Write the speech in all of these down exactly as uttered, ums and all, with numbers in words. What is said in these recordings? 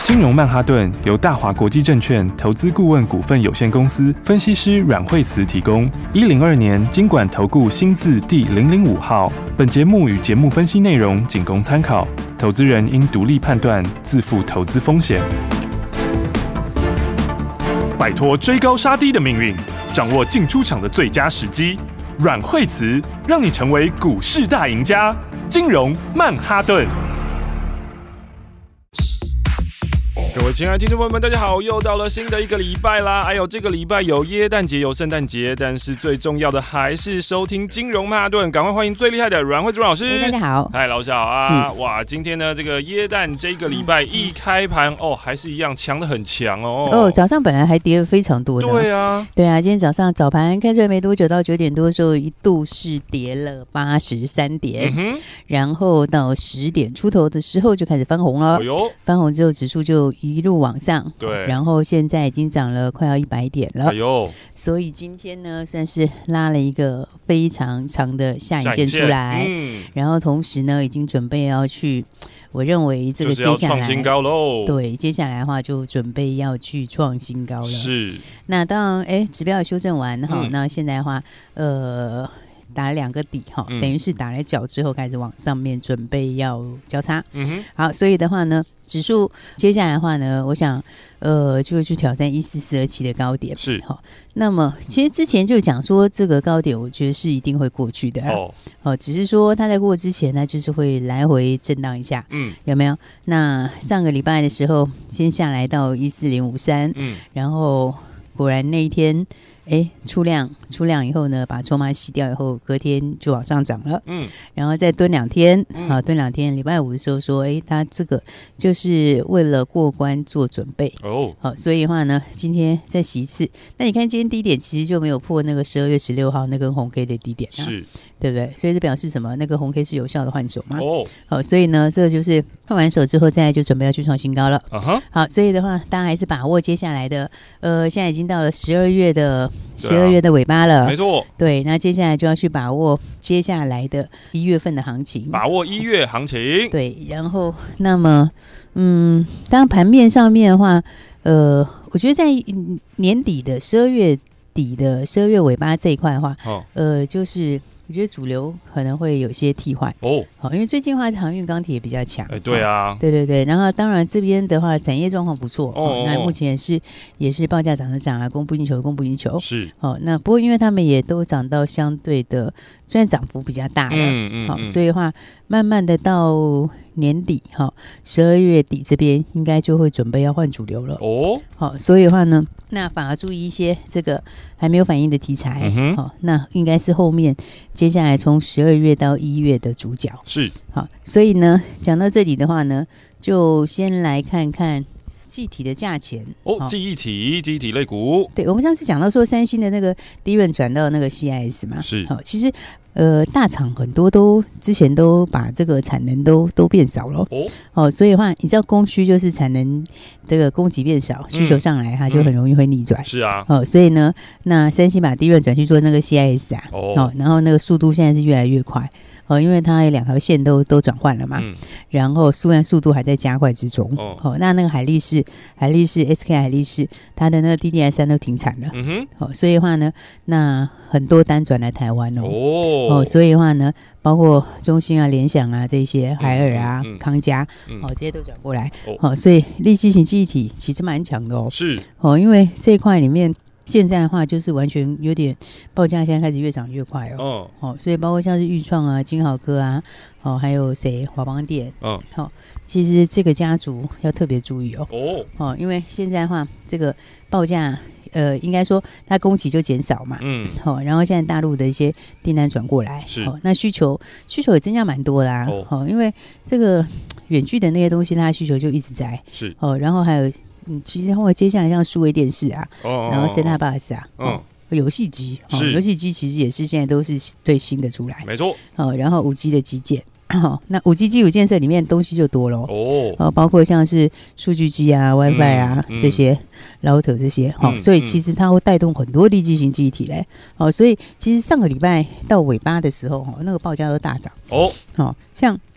金融曼哈顿由大华国际证券投资顾问股份有限公司分析师阮惠慈提供。一零二年金管投顾新字第零零五号。本节目与节目分析内容仅供参考，投资人应独立判断，自负投资风险。摆脱追高杀低的命运，掌握进出场的最佳时机。阮惠慈让你成为股市大赢家。金融曼哈顿。各位亲爱的听众朋友们，大家好！又到了新的一个礼拜啦！哎呦，这个礼拜有耶诞节，有圣诞节，但是最重要的还是收听金融曼哈顿。赶快欢迎最厉害的阮惠慈老师！ 大家好， 嗨，老师好啊！哇，今天呢，这个耶诞这个礼拜一开盘、嗯、哦，还是一样强的很强哦。 哦，早上本来还跌了非常多的。 对啊，对啊，今天早上早盘开出来没多久，到九点多的时候，一度是跌了八十三点、嗯，然后到十点出头的时候就开始翻红了。哎呦，翻红之后指数就一路往上， 对， 然后现在已经涨了快要一百点了， 哎呦， 所以今天呢算是拉了一个非常长的下影线出来，嗯，然后同时呢已经准备要去，我认为这个接下来就是要创新高喽， 对，接下来的话就准备要去创新高了， 是。 那当然，哎，指标修正完哈、嗯，那现在的话，呃。打了两个底哈、嗯，等于是打了脚之后开始往上面准备要交叉。嗯哼，好，所以的话呢，指数接下来的话呢，我想呃就会去挑战一四四二七的高点。 是好，那么其实之前就讲说这个高点，我觉得是一定会过去的、啊。哦，哦，只是说它在过之前呢，就是会来回震荡一下。嗯，有没有？那上个礼拜的时候，先下来到一四零五三。嗯，然后果然那一天。哎，出量出量以后呢，把筹码洗掉以后，隔天就往上涨了。嗯，然后再蹲两天，嗯、啊，蹲两天。礼拜五的时候说，哎，他这个就是为了过关做准备。哦，好、啊，所以的话呢，今天再洗一次。那你看今天低点其实就没有破那个十二月十六号那根红 K 的低点、啊，是，对不对？所以这表示什么？那个红 K 是有效的换手嘛？哦，好、啊，所以呢，这个就是换完手之后，再来就准备要去创新高了。啊哈，好，所以的话，大家还是把握接下来的，呃，现在已经到了十二月的。十二月的尾巴了， 没错。对， 那接下来就要去把握接下来的一月份的行情， 把握一月行情。 对，然后那么，嗯，当盘面上面的话，呃，我觉得在年底的十二月底的十二月尾巴这一块的话，哦、呃，就是我觉得主流可能会有些替换哦，好，因为最近的话航运钢铁比较强， 哎，对啊， 对对对，然后当然这边的话产业状况不错哦，那目前是也是报价涨的涨啊，供不应求，供不应求是哦，那不过因为他们也都涨到相对的，虽然涨幅比较大了，嗯嗯，好、哦，所以的话慢慢的到年底哈，十二月底这边应该就会准备要换主流了哦，好，所以的话呢，那反而注意一些这个还没有反应的题材，嗯、好，那应该是后面接下来从十二月到一月的主角是好，所以呢，讲到这里的话呢，就先来看看记忆体的价钱哦，记忆体、记忆体类股， 对我们上次讲到说三星的那个低润转到那个 C I S 嘛， 是好，其实。呃，大厂很多都之前都把这个产能都都变少了哦，哦，所以的话，你知道供需就是产能这个供给变少，需求上来，它就很容易会逆转、嗯嗯。是啊， 哦，所以呢，那三星把低润转去做那个 C I S 啊，哦，哦然后那个速度现在是越来越快。哦，因为它有两条线都都转换了嘛、嗯，然后虽然速度还在加快之中。哦，哦那那个海力士、海力士、S K 海力士，它的那个 D D R 三都停产了。嗯哼，哦，所以的话呢，那很多单转来台湾哦。哦，哦，所以的话呢，包括中兴啊、联想啊这些，海尔啊、嗯嗯、康佳，哦，这些都转过来。哦，哦所以立基型记忆体其实蛮强的哦。 是。 哦，因为这一块里面。现在的话就是完全有点报价，现在开始越涨越快哦。哦，哦所以包括像是裕创啊、金豪科啊，哦，还有谁华邦电，嗯，好、哦，其实这个家族要特别注意哦。哦，哦，因为现在的话，这个报价，呃，应该说它供给就减少嘛，嗯，好、哦，然后现在大陆的一些订单转过来， 是， 哦，那需求需求也增加蛮多啦、啊，哦, 哦，因为这个远距的那些东西，它的需求就一直在， 是， 哦，然后还有。嗯，其实后来接下来像数位电视啊，哦、然后 Set-top box 啊，哦，游戏机，哦，游戏机其实也是现在都是对新的出来， 没错， 哦，然后五 G 的基建，哦，那五 G 基础建设里面东西就多了哦，哦，包括像是数据机啊、WiFi 啊、嗯、这些 router 这些，好、嗯哦，所以其实它会带动很多立基型记忆体嘞，哦，所以其实上个礼拜到尾巴的时候，哦，那个报价都大涨哦，哦，像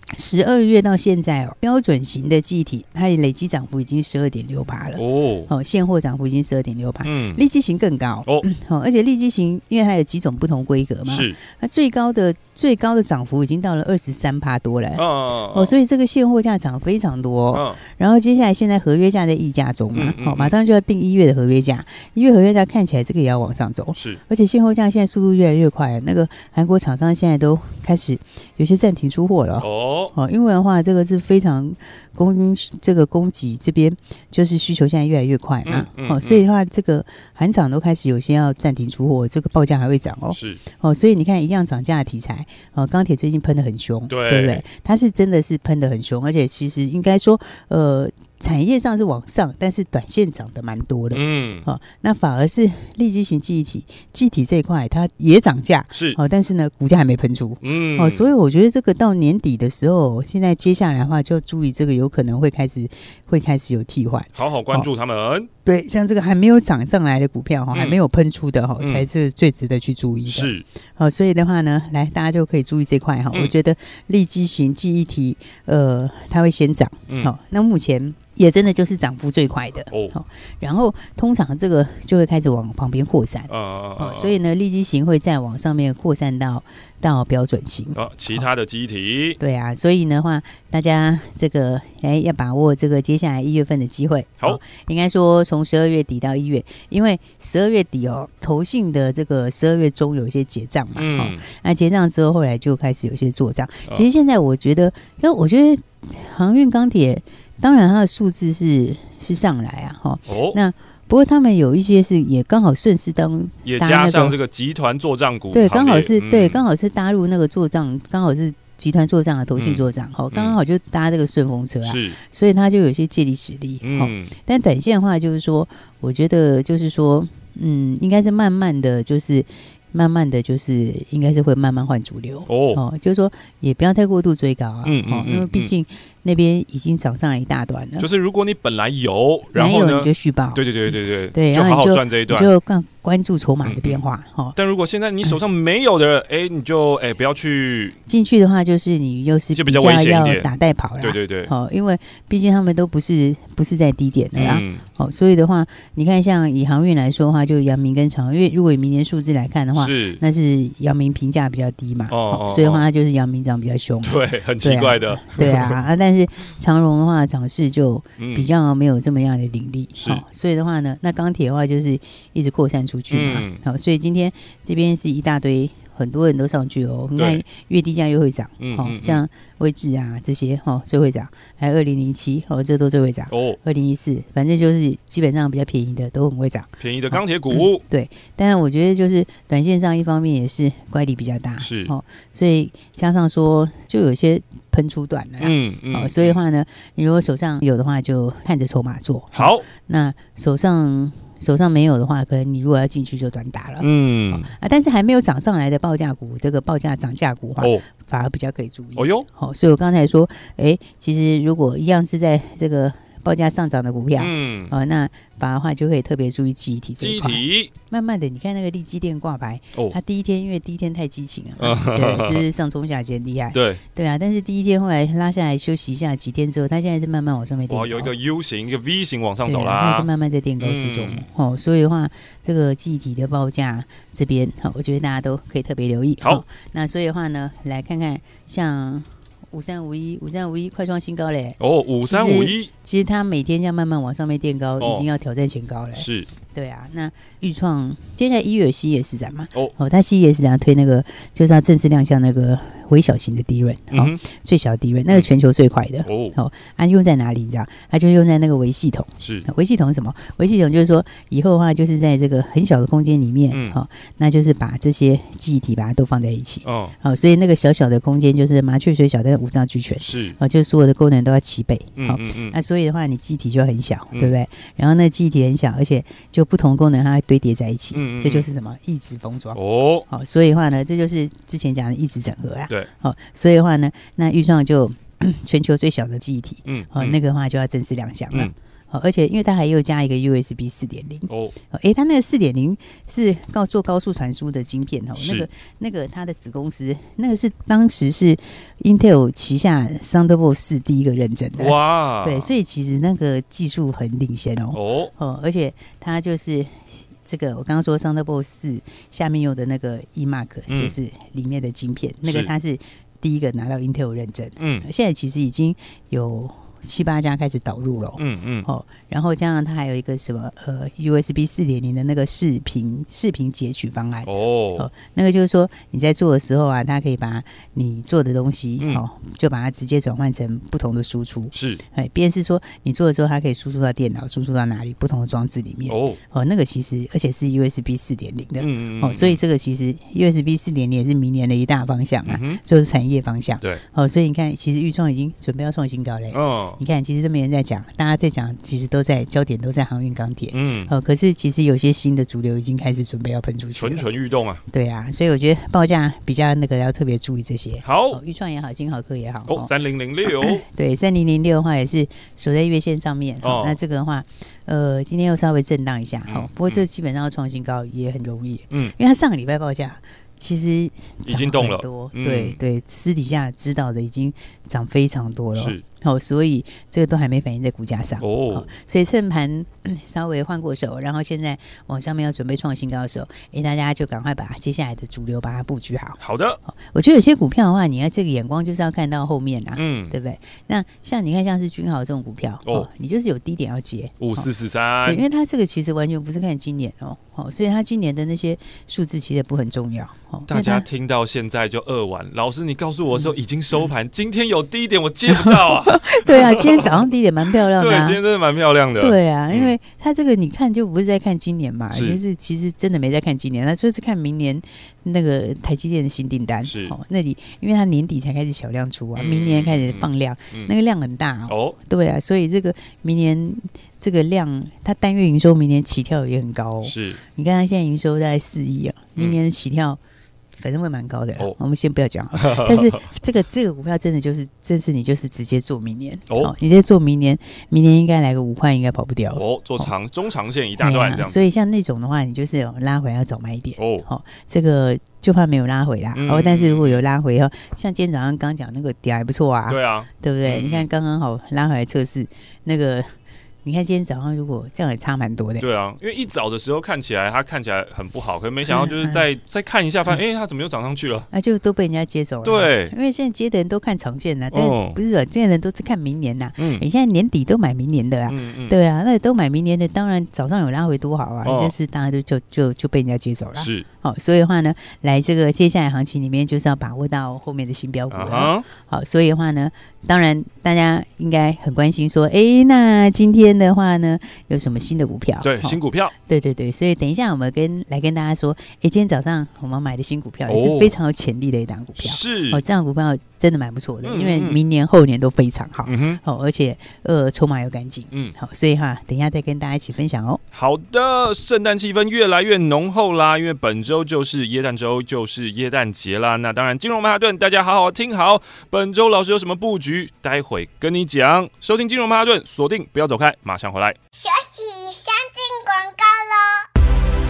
十二月到现在哦，标准型的记忆体它累积涨幅已经十二点六趴了哦，哦，现货涨幅已经十二点六趴，嗯，利基型更高哦，嗯，哦，而且利基型因为它有几种不同规格嘛，是，它最高的最高的涨幅已经到了二十三趴多了，哦哦哦，所以这个现货价涨非常多，哦，然后接下来现在合约价在议价中嘛，好，马上就要定一月的合约价，一月合约价看起来这个也要往上走，是，而且现货价现在速度越来越快，那个韩国厂商现在都开始有些暂停出货了哦。哦，因为的话，这个是非常供这个供给这边就是需求现在越来越快嘛，嗯嗯、哦，所以的话，这个韩厂都开始有些要暂停出货，这个报价还会涨哦。是哦，所以你看一样涨价的题材，哦，钢铁最近喷得很凶，对，对不对？它是真的是喷得很凶，而且其实应该说，呃。产业上是往上，但是短线涨得蛮多的，嗯，哦，那反而是利基型记忆体，记忆体这一块它也涨价，是哦，但是呢，股价还没喷出，嗯，哦，所以我觉得这个到年底的时候，现在接下来的话就要注意这个有可能会开始会开始有替换， 好好关注他们。哦， 对，像这个还没有涨上来的股票哈，嗯、还没有喷出的哈，嗯、才是最值得去注意的。是，哦，所以的话呢，来大家就可以注意这块哈。嗯、我觉得利基型记忆体，呃，它会先涨，好、嗯哦，那目前。也真的就是涨幅最快的哦，哦，然后通常这个就会开始往旁边扩散，哦，哦，所以呢，利基型会再往上面扩散到到标准型， 哦，其他的记忆体， 哦，对啊，所以的话，大家这个哎要把握这个接下来一月份的机会，好，哦，应该说从十二月底到一月，因为十二月底哦，投信的这个十二月中有一些结账嘛，嗯，哦，那结账之后后来就开始有一些做账，哦，其实现在我觉得，因为我觉得航运钢铁。当然，它的数字是是上来啊，哈。哦。那不过他们有一些是也刚好顺势当、那個， 也加上这个集团作账股， 对，刚好是、嗯、对，刚好是搭入那个作账，刚好是集团作账的投信作账，哈、嗯，刚好就搭这个顺风车啊，是，所以它就有些借力使力，嗯。但短线的话，就是说，我觉得就是说，嗯，应该是慢慢的就是。慢慢的就是应该是会慢慢换主流 哦, 哦，就是说也不要太过度追高啊，嗯嗯嗯、因为毕竟那边已经涨上来一大段了。 就是如果你本来有，然后呢你就续报， 对对对对对， 对， 就好好赚这一段， 你就更关注筹码的变化、嗯嗯、 但如果现在你手上没有的，哎、嗯，你就哎不要去进去的话，就是你又是比较要打带跑啦， 对对对， 好、哦，因为毕竟他们都不是不是在低点的啦，嗯，好、哦，所以的话，你看像以航运来说的话，就阳明跟长荣，因为如果以明年数字来看的话，是那是。阳明评价比较低嘛，哦哦哦，所以的话它就是阳明涨比较凶， 对，很奇怪的， 对啊，对啊，啊但是长荣的话涨势就比较没有这么样的凌厉，是、哦，所以的话呢，那钢铁的话就是一直扩散出去嘛，好、嗯，所以今天这边是一大堆。很多人都上去哦，你看月低价又会涨，嗯，哦，像威致啊这些哦最会涨，还有二零零七哦这都最会涨哦，二零一四反正就是基本上比较便宜的都很会涨， 便宜的钢铁股、 哦嗯、对，但是我觉得就是短线上一方面也是乖离比较大，是哦，所以加上说就有些喷出段了，嗯嗯，哦，所以的话呢，你如果手上有的话就看着筹码做好、哦， 那手上。手上没有的话，可能你如果要进去就短打了，嗯、哦、啊，但是还没有涨上来的报价股，这个报价涨价股的话、哦，反而比较可以注意。哦哟，好、哦，所以我刚才说，哎，其实如果一样是在这个报价上涨的股票，嗯，哦，那反而的话就可以特别注意记忆体这一块。记忆体，慢慢的，你看那个力积电挂牌，哦，它第一天因为第一天太激情了，哦、对，是不是上冲下跌厉害？对，对啊，但是第一天后来拉下来休息一下几天之后，它现在是慢慢往上面垫高， 哦，有一个 U 型、一个 V 型往上走啦， 它是慢慢在垫高之中、嗯，哦，所以的话，这个记忆体的报价这边，好，我觉得大家都可以特别留意。好，哦、那所以的话呢，来看看像。五三五一，五三五一快创新高嘞！ 哦，五三五一， 其实它每天这样慢慢往上面垫高，哦、已经要挑战前高了。是，对啊。那裕创现在一月有 C E S 展嘛？哦，哦，它 C E S 展推那个，就是它正式亮相那个微小型的低润，哦、嗯，最小低润，那个全球最快的。哦，哦，它、啊、用在哪里？你知道？它就用在那个微系统。是，微系统是什么？微系统就是说，以后的话就是在这个很小的空间里面，嗯，哦，那就是把这些记忆体把它都放在一起。哦，好、哦，所以那个小小的空间就是麻雀虽小，但五脏俱全。是，啊，就是所有的功能都要齐备。好、嗯嗯嗯，那所以的话，你记忆体就很小，嗯、对不对？然后那记忆体很小，而且就不同功能它会堆叠在一起，嗯嗯嗯，这就是什么异质封装哦。好、哦，所以的话呢，这就是之前讲的异质整合啊。对，好、哦，所以的话呢，那裕创就全球最小的记忆体，嗯，好、哦，那个的话就要正式亮相了。嗯哦，而且因为它还有加一个 U S B 四点零 哦，哎，它那个四点零是高做高速传输的晶片哦，那个那个它的子公司那个是当时是 Intel 旗下 Thunderbolt 四第一个认证的哇，对，所以其实那个技术很领先哦哦哦，而且它就是这个我刚刚说 Thunderbolt 四下面用的那个 E Mark 就是里面的晶片，嗯、那个它是第一个拿到 Intel 认证，嗯，现在其实已经有七八家开始导入了，嗯嗯，哦，然后加上它还有一个什么呃 U S B 四点零 的那个视频视频截取方案，哦，哦，那个就是说你在做的时候啊，它可以把你做的东西，嗯、哦，就把它直接转换成不同的输出，是，哎，便是说你做的时候，它可以输出到电脑，输出到哪里不同的装置里面，哦，哦，那个其实而且是 U S B 四点零 的，嗯嗯，哦，所以这个其实 U S B 四点零 也是明年的一大方向啊，嗯、就是产业方向，对，哦，所以你看，其实鈺创已经准备要创新高嘞，哦。你看，其实都没人在讲，大家在讲，其实都在焦点都在航运钢铁，嗯，哦，可是其实有些新的主流已经开始准备要喷出去， 蠢蠢欲动啊， 对啊，所以我觉得报价比较那个要特别注意这些。 好， 鈺创也好，金豪科也好， 哦，三零零六， 对，三零零六的话也是守在月线上面，哦，那这个的话，呃，今天又稍微震荡一下，好、嗯，不过这基本上要创新高也很容易，嗯，因为它上个礼拜报价。其实已经动了， 嗯、对对，私底下知道的已经涨非常多了，是哦，所以这个都还没反映在股价上哦, 哦，所以趁盘、嗯、稍微换过手，然后现在往上面要准备创新高的时候，哎，大家就赶快把接下来的主流把它布局好。 好的， 哦、我觉得有些股票的话，你要这个眼光就是要看到后面啊，嗯，对不对？那像你看像是君豪这种股票哦, 哦，你就是有低点要接五四四三， 对，因为它这个其实完全不是看今年哦，哦，所以它今年的那些数字其实不很重要。 大家听到现在就扼腕，老师你告诉我的时候已经收盘，嗯、今天有低点我接不到啊。 对啊，今天早上低点蛮漂亮的、啊， 对，今天真的蛮漂亮的。 对啊，因为它这个你看就不是在看今年嘛，就是其实真的没在看今年，那就是看明年那个台积电的新订单是、哦、那里，因为它年底才开始小量出啊，嗯、明年开始放量，嗯、那个量很大 哦, 哦。对啊，所以这个明年这个量，它单月营收明年起跳也很高哦。是，你看它现在营收大概四亿啊，明年的起跳。嗯反正会蛮高的啦、哦，我们先不要讲。但是这个这个股票真的就是，真是你就是直接做明年哦，你直接做明年，明年应该来个五块，应该跑不掉哦。做长、哦、中长线一大段这样、 啊，所以像那种的话，你就是有拉回要早买一点哦。好、哦，这个就怕没有拉回啦。嗯、哦，但是如果有拉回哦，像今天早上刚讲那个点还不错啊。 对啊， 对不对？ 嗯、 你看刚刚好拉回来测试那个。你看今天早上如果这样也差蛮多的， 对啊，因为一早的时候看起来它看起来很不好，可是没想到就是再、嗯、再看一下，发现哎、嗯欸，它怎么又涨上去了？ 那、啊、就都被人家接走了。 对， 因为现在接的人都看长线呐、啊，但是不是软件的人都是看明年呐、啊。嗯，你现在年底都买明年的啊，嗯嗯对啊，那都买明年的，当然早上有拉回多好啊，哦、就是大家都就就就被人家接走了。是，好、哦，所以的话呢，来这个接下来行情里面就是要把握到后面的新标股了。Uh-huh、好，所以的话呢，当然大家应该很关心说，哎，那今天的话呢？有什么新的股票？ 对，新股票， 对对对，所以等一下我们跟来跟大家说，哎，今天早上我们买的新股票也是非常有潜力的一档股票，是哦，这样股票真的蛮不错的，嗯、因为明年后年都非常好，嗯哼，哦，而且呃筹码又干净，嗯，好，所以哈，等一下再跟大家一起分享哦。 好的，圣诞气氛越来越浓厚啦，因为本周就是耶诞周，就是耶诞节啦。那当然，金融曼哈顿，大家好好听好，本周老师有什么布局，待会跟你讲。收听金融曼哈顿，锁定不要走开，马上回来。 休息，先进广告喽。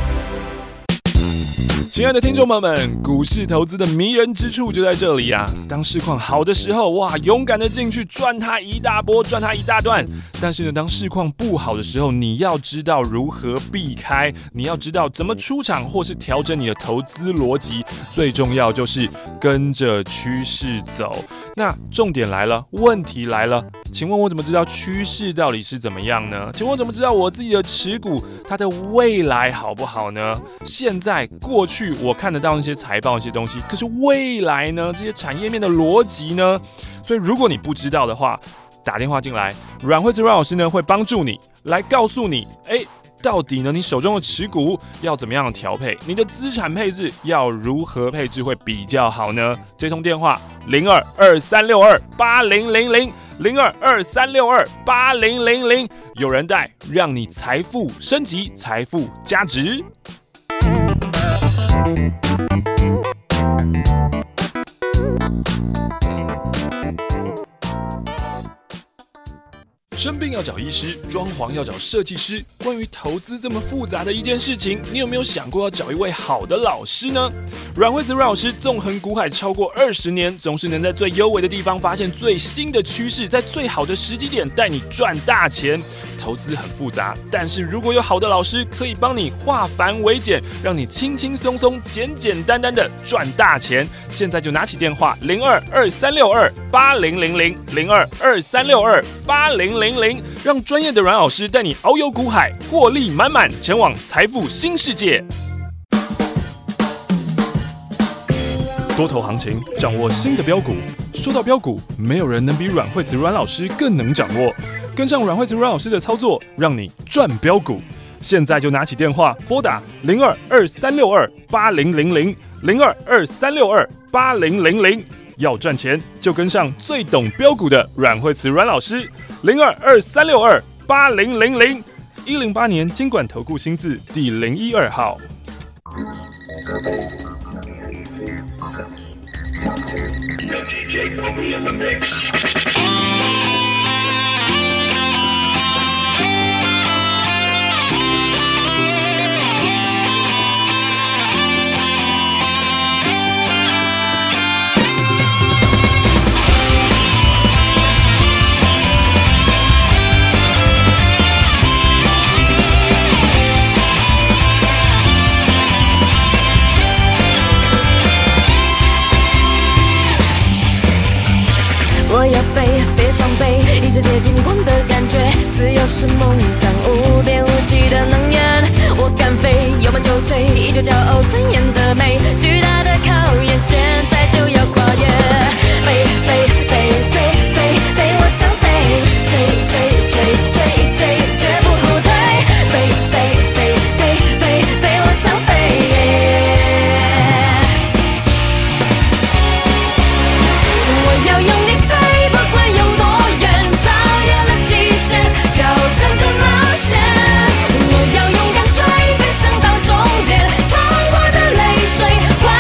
亲爱的听众朋友们，股市投资的迷人之处就在这里啊！当市况好的时候，哇，勇敢的进去赚它一大波，赚它一大段。但是呢，当市况不好的时候，你要知道如何避开，你要知道怎么出场，或是调整你的投资逻辑。最重要就是跟着趋势走。那重点来了，问题来了，请问我怎么知道趋势到底是怎么样呢？请问我怎么知道我自己的持股它的未来好不好呢？现在、过去我看得到那些财报、那些东西，可是未来呢？这些产业面的逻辑呢？所以如果你不知道的话，打电话进来，阮慧芝阮老师呢会帮助你来告诉你，哎，到底呢你手中的持股要怎么样调配？你的资产配置要如何配置会比较好呢？这通电话零二二三六二八零零零零二二三六二八零零零，有人带，让你财富升级，财富加值。 生病要找医师，装潢要找设计师。关于投资这么复杂的一件事情，你有没有想过要找一位好的老师呢？阮惠慈阮老师纵横股海超过二十年，总是能在最优微的地方发现最新的趋势，在最好的时机点带你赚大钱。投资很复杂，但是如果有好的老师，可以帮你化繁为简，让你轻轻松松、简简单单的赚大钱。现在就拿起电话零二二三六二八零零零零二二三六二八零零零，让专业的阮老师带你遨游股海，获利满满，前往财富新世界。多头行情，掌握新的标股。说到标股，没有人能比阮惠慈阮老师更能掌握。跟上阮惠慈阮老师的操作，让你赚标股。现在就拿起电话拨打零二二三六二八零零零零二二三六二八零零零。要赚钱就跟上最懂标股的阮惠慈阮老师零二二三六二八零零零。一零八年金管投顾新字第零一二号。 我要飞，飞上北，一直接近光的感觉。自由是梦想，无边无际的能源。我敢飞，有梦就追，依旧骄傲尊严的美。巨大的考验，现在就要跨越。飞飞飞飞飞飞，我想飞，追追追追追，绝不后退。飞飞飞飞飞飞，我想飞。我要用力飞。我要勇敢追，奔向到终点，淌过的泪水。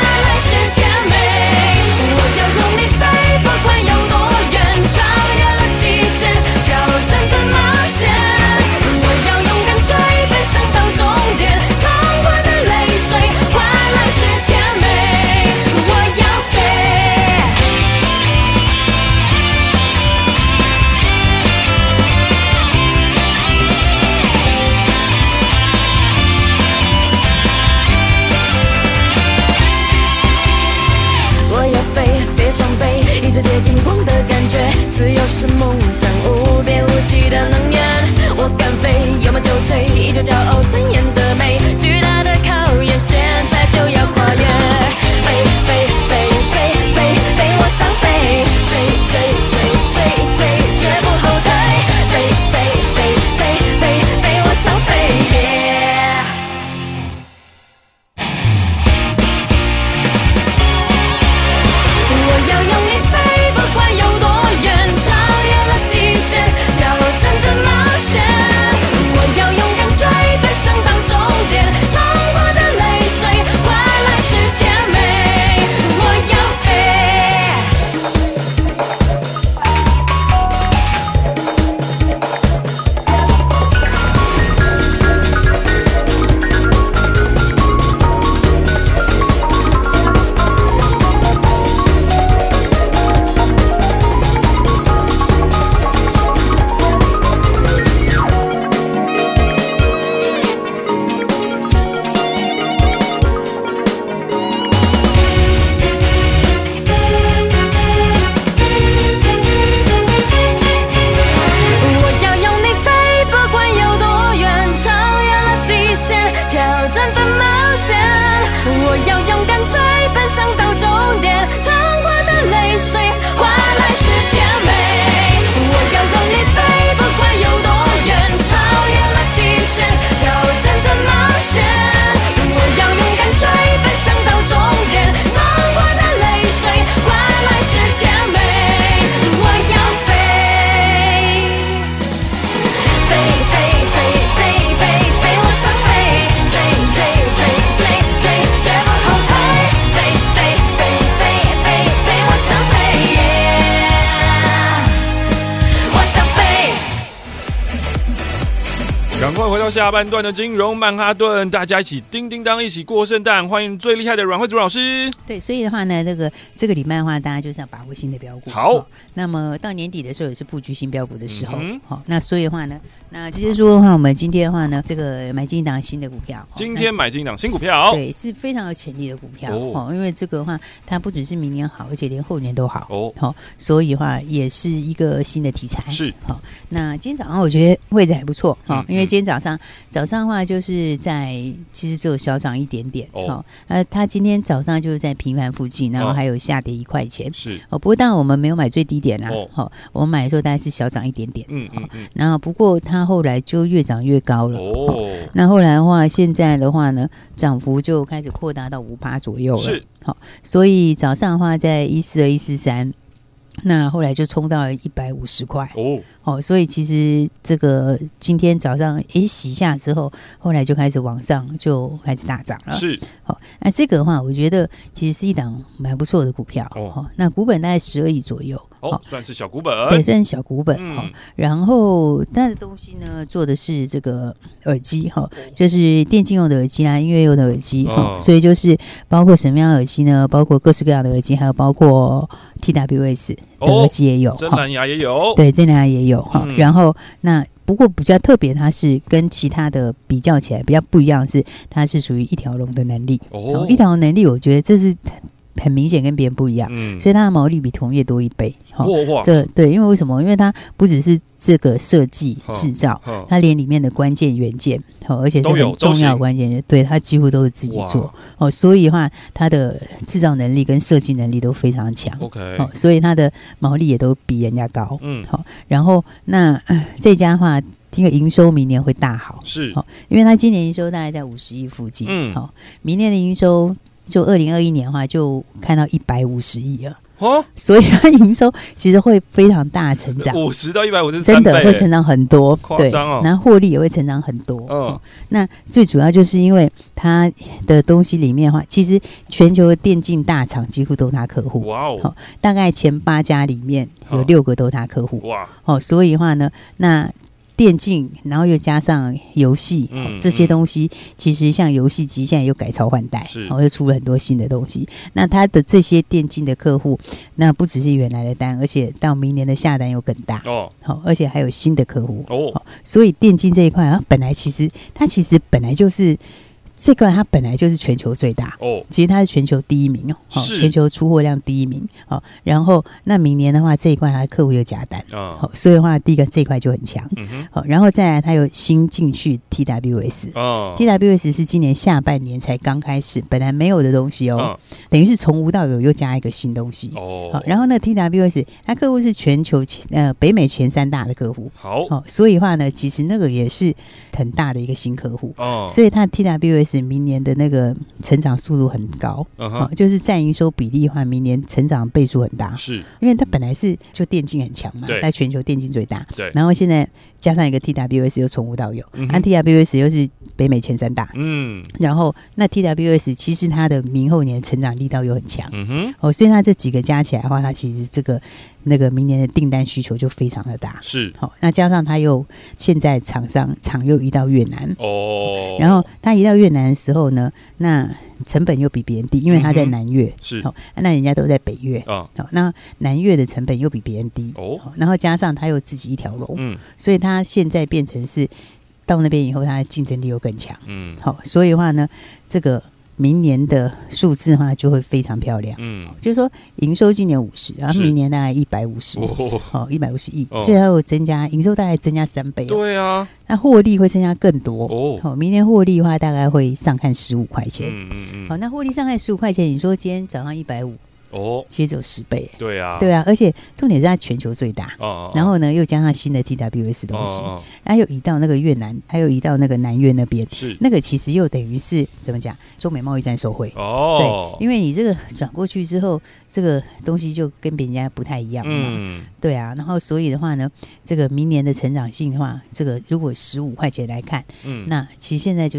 赶快回到下半段的金融曼哈顿，大家一起叮叮当，一起过圣诞，欢迎最厉害的阮慧竹老师。 对，所以的话呢，这个这个礼拜的话，大家就是要把握新的标股。 好、哦， 那么到年底的时候也是布局新标股的时候。好、 嗯哦，那所以的话呢，那就是说的话，我们今天的话呢，这个买进一档新的股票， 今天买进一档新股票， 对，是非常有潜力的股票哦, 哦，因为这个的话，它不只是明年好，而且连后年都好哦。好、哦，所以的话也是一个新的题材。 是好、哦，那今天早上我觉得位置还不错哈、哦嗯， 因为今天早上早上的话就是在其实只有小涨一点点哦，哦呃，它今天早上就是在平盘附近，然后还有下跌一块钱。 是哦，不过当然我们没有买最低点啦， 哦， 哦我们买的时候大概是小涨一点点， 嗯嗯嗯， 然后不过它后来就越涨越高了， 哦， 哦那后来的话，现在的话呢，涨幅就开始扩大到五趴左右了， 是， 好、哦，所以早上的话在一四二一四三，那后来就冲到了一百五十块， 哦。 哦，所以其实这个今天早上诶洗下之后，后来就开始往上，就开始大涨了。 是， 好、哦，那这个的话，我觉得其实是一档蛮不错的股票。哦，哦那股本大概十二亿左右。 哦，哦算是小股本。 对，算是小股本。 嗯、 哦，然后它的东西呢，做的是这个耳机哈、哦，就是电竞用的耳机啦，音乐用的耳机哈、哦哦，所以就是包括什么样的耳机呢？包括各式各样的耳机，还有包括 T W S 的耳机也有， 真蓝牙也有， 对，真蓝牙也有。好、嗯，然后那不过比较特别，它是跟其他的比较起来比较不一样的是，它是属于一条龙的能力。哦，一条龙能力，我觉得这是很明显跟别人不一样，嗯，所以它的毛利比同业多一倍。 哇， 这对，因为为什么？因为它不只是这个设计制造，它连里面的关键元件，哦，而且是很重要的关键元件，对，它几乎都是自己做。哦，所以的话，它的制造能力跟设计能力都非常强。 OK， 哦，所以它的毛利也都比人家高。 嗯， 好、哦，然后那、呃、这家的话，这个营收明年会大好， 是， 好、哦，因为它今年营收大概在五十亿附近，嗯，好、哦，明年的营收就二零二一年的话，就看到一百五十亿了。哦，所以它营收其实会非常大的成长， 五十到一百五十， 真的会成长很多， 夸张哦。 然后获利也会成长很多。嗯、哦，那最主要就是因为它的东西里面的话，其实全球的电竞大厂几乎都是它客户。哇哦，大概前八家里面有六个都是它客户。哇，哦，所以的话呢，那电竞，然后又加上游戏、嗯哦，这些东西、嗯、其实像游戏机现在又改朝换代，然后又出了很多新的东西。那它的这些电竞的客户，那不只是原来的单，而且到明年的下单又更大哦。好、哦，而且还有新的客户哦、哦。所以电竞这一块，它本来其实它其实本来就是。这个它本来就是全球最大哦，其实它是全球第一名哦，全球出货量第一名哦。然后那明年的话，这一块它的客户有加单哦，哦所以的话，第一个这一块就很强，嗯哼，好、哦，然后再来它有新进去 T W S 哦 ，T W S 是今年下半年才刚开始，本来没有的东西哦，哦等于是从无到有又加一个新东西哦。好、哦，然后那 T W S 它客户是全球前呃北美前三大的客户，好，哦，所以的话呢，其实那个也是很大的一个新客户哦，所以它 T W S。明年的那个成长速度很高， uh-huh. 哦、就是占营收比例的话，明年成长倍数很大，是因为它本来是就电竞很强嘛，在全球电竞最大，对，然后现在加上一个 T W S 又从无到有，那、嗯、T W S 又是北美前三大，嗯，然后那 T W S 其实它的明后年成长力道又很强，嗯哼，哦，所以它这几个加起来的话，它其实这个那个明年的订单需求就非常的大，是，好、哦，那加上它又现在厂商厂又移到越南，哦，然后它移到越南的时候呢，那成本又比别人低，因为它在南越，嗯、是，好、哦，那人家都在北越，啊、哦，好，那南越的成本又比别人低，哦，然后加上它又自己一条龙，嗯，所以它现在变成是到那边以后，它的竞争力又更强，嗯，好，所以的话呢，这个。明年的数字的话就会非常漂亮，嗯，就是说营收今年五十，然后明年大概一百五十，哦，一百五十亿，所以它会增加营收大概增加三倍、哦， 对啊， 那获利会增加更多哦，好、哦，明年获利的话大概会上看十五块钱，嗯嗯嗯，好，那获利上看十五块钱，你说今天早上一百五。哦，其实只有十倍， 对啊， 对啊，而且重点是它全球最大，哦，然后呢又加上新的 T W S 东西，哦，然后又移到那个越南，还有移到那个南越那边，是那个其实又等于是怎么讲，中美贸易战受惠哦，对，因为你这个转过去之后，这个东西就跟别人家不太一样嘛，嗯，对啊，然后所以的话呢，这个明年的成长性的话，这个如果十五块钱来看，嗯，那其实现在就是。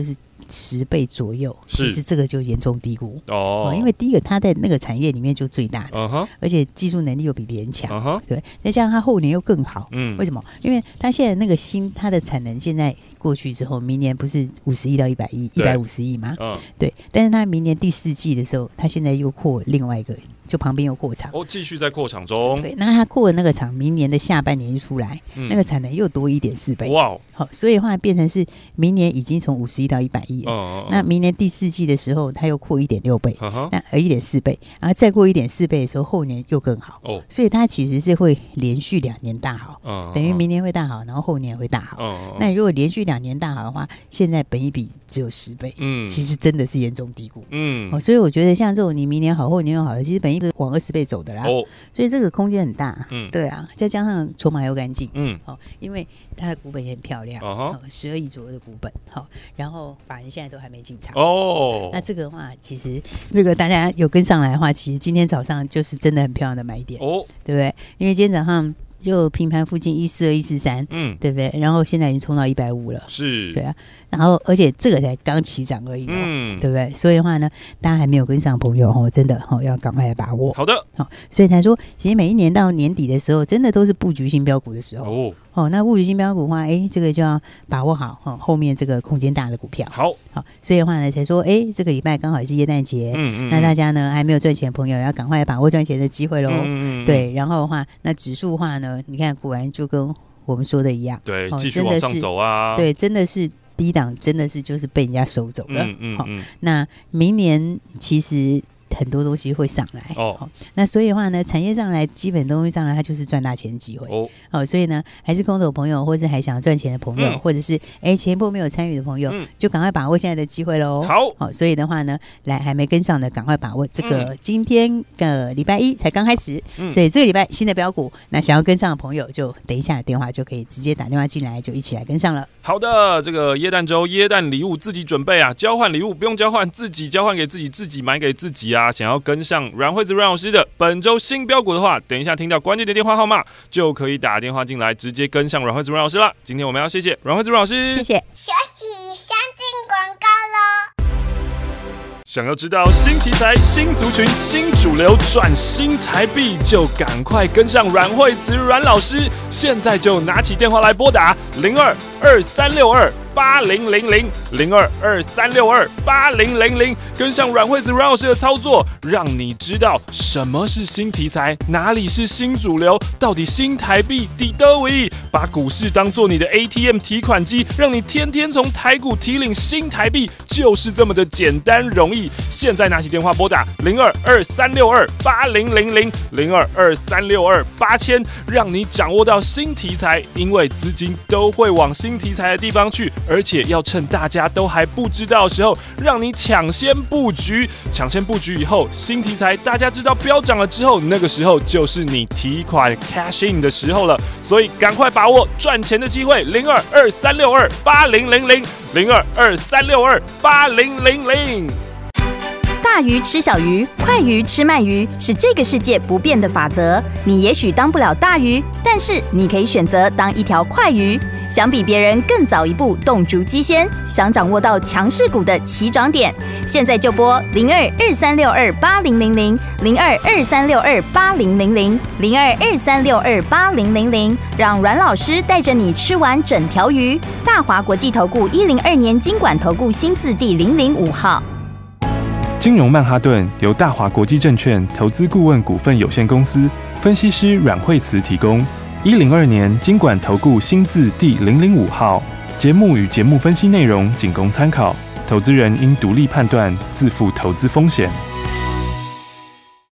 十倍左右，其实这个就严重低估哦。因为第一个，它在那个产业里面就最大的， uh-huh. 而且技术能力又比别人强， uh-huh. 对。那加上它后年又更好，嗯，为什么？因为它现在那个新它的产能现在过去之后，明年不是五十亿到一百亿，一百五十亿吗？嗯，对。但是它明年第四季的时候，它现在又扩另外一个，就旁边又扩厂， 哦，继续在扩厂中。 对，那它扩的那个厂，明年的下半年一出来，嗯、那个产能又多一点四倍，哇！好，所以的话变成是明年已经从五十亿到一百亿了。哦、那明年第四季的时候，它又扩一点六倍，哦、那呃一点四倍，然后再过一点四倍的时候，后年又更好。哦，所以它其实是会连续两年大好，哦、等于明年会大好，然后后年会大好。哦、那如果连续两年大好的话，现在本益比只有十倍，嗯，其实真的是严重低估，嗯。哦，所以我觉得像这种你明年好，后年又好的，其实本益比往二十倍走的啦。哦，所以这个空间很大，嗯，对啊，再加上筹码又干净，嗯，好、哦，因为它的股本也很漂亮，哦，十二亿左右的股本，好、哦，然后法人现在都还没进场，哦，那这个的话，其实这个大家有跟上来的话，其实今天早上就是真的很漂亮的买点，哦，对不对？因为今天早上就平盘附近一四二一四三，嗯，对不对？然后现在已经冲到一百五了，是，对啊。然后，而且这个才刚起涨而已、哦，嗯，对不对？所以的话呢，大家还没有跟上的朋友哦，真的哦，要赶快来把握。 好的， 好、哦，所以才说，其实每一年到年底的时候，真的都是布局新标股的时候哦。哦，那布局新标股的话，哎，这个就要把握好哦，后面这个空间大的股票。 好， 好，所以的话呢，才说，哎，这个礼拜刚好也是耶诞节，嗯嗯，那大家呢还没有赚钱的朋友，要赶快把握赚钱的机会喽。嗯嗯，对，然后的话，那指数的话呢，你看果然就跟我们说的一样， 对，继续往上走啊， 对，真的是。低档真的是就是被人家收走了，嗯嗯嗯、那明年其实很多东西会上来哦，那所以的话呢，产业上来，基本东西上来，它就是赚大钱的机会哦。哦，所以呢，还是空头朋友，或者还想赚钱的朋友，嗯、或者是哎前一波没有参与的朋友，嗯、就赶快把握现在的机会喽。 好， 好、哦，所以的话呢，来还没跟上的，赶快把握这个、嗯、今天的礼拜一才刚开始，嗯、所以这个礼拜新的标股，那想要跟上的朋友，就等一下电话就可以直接打电话进来，就一起来跟上了。 好的，这个耶诞周耶诞礼物自己准备啊，交换礼物不用交换，自己交换给自己，自己买给自己啊。想要跟上阮惠子阮老师的本周新标股的话，等一下听到关键的电话号码就可以打电话进来，直接跟上阮惠子阮老师了。今天我们要谢谢阮惠子阮老师， 谢谢。 休息，相进广告喽。 想要知道新题材、新族群、新主流赚新台币，就赶快跟上阮惠子阮老师。现在就拿起电话来拨打零二二三六二八零零零零二二三六二八零零零，跟上阮惠子阮老师的操作，让你知道什么是新题材，哪里是新主流，到底新台币抵得位，把股市当作你的 A T M 提款机，让你天天从台股提领新台币，就是这么的简单容易。现在拿起电话拨打零二二三六二八零零零零二二三六二八千，让你掌握到新题材，因为资金都会往新题材的地方去，而且要趁大家都还不知道的时候，让你抢先布局。抢先布局以后，新题材大家知道飙涨了之后，那个时候就是你提款 cash in 的时候了。所以赶快把握赚钱的机会，零二二三六二八零零零零二二三六二八零零零。 大鱼吃小鱼，快鱼吃慢鱼，是这个世界不变的法则。你也许当不了大鱼，但是你可以选择当一条快鱼。想比别人更早一步动足机先，想掌握到强势股的起涨点，现在就拨零二二三六二八零零零零二二三六二八零零零零二二三六二八零零零，让阮老师带着你吃完整条鱼。大华国际投顾一零二年金管投顾新字第零零五号。 金融曼哈顿由大华国际证券投资顾问股份有限公司分析师阮惠慈提供。一零二年金管投顾新字第零零五号。节目与节目分析内容仅供参考，投资人应独立判断，自负投资风险。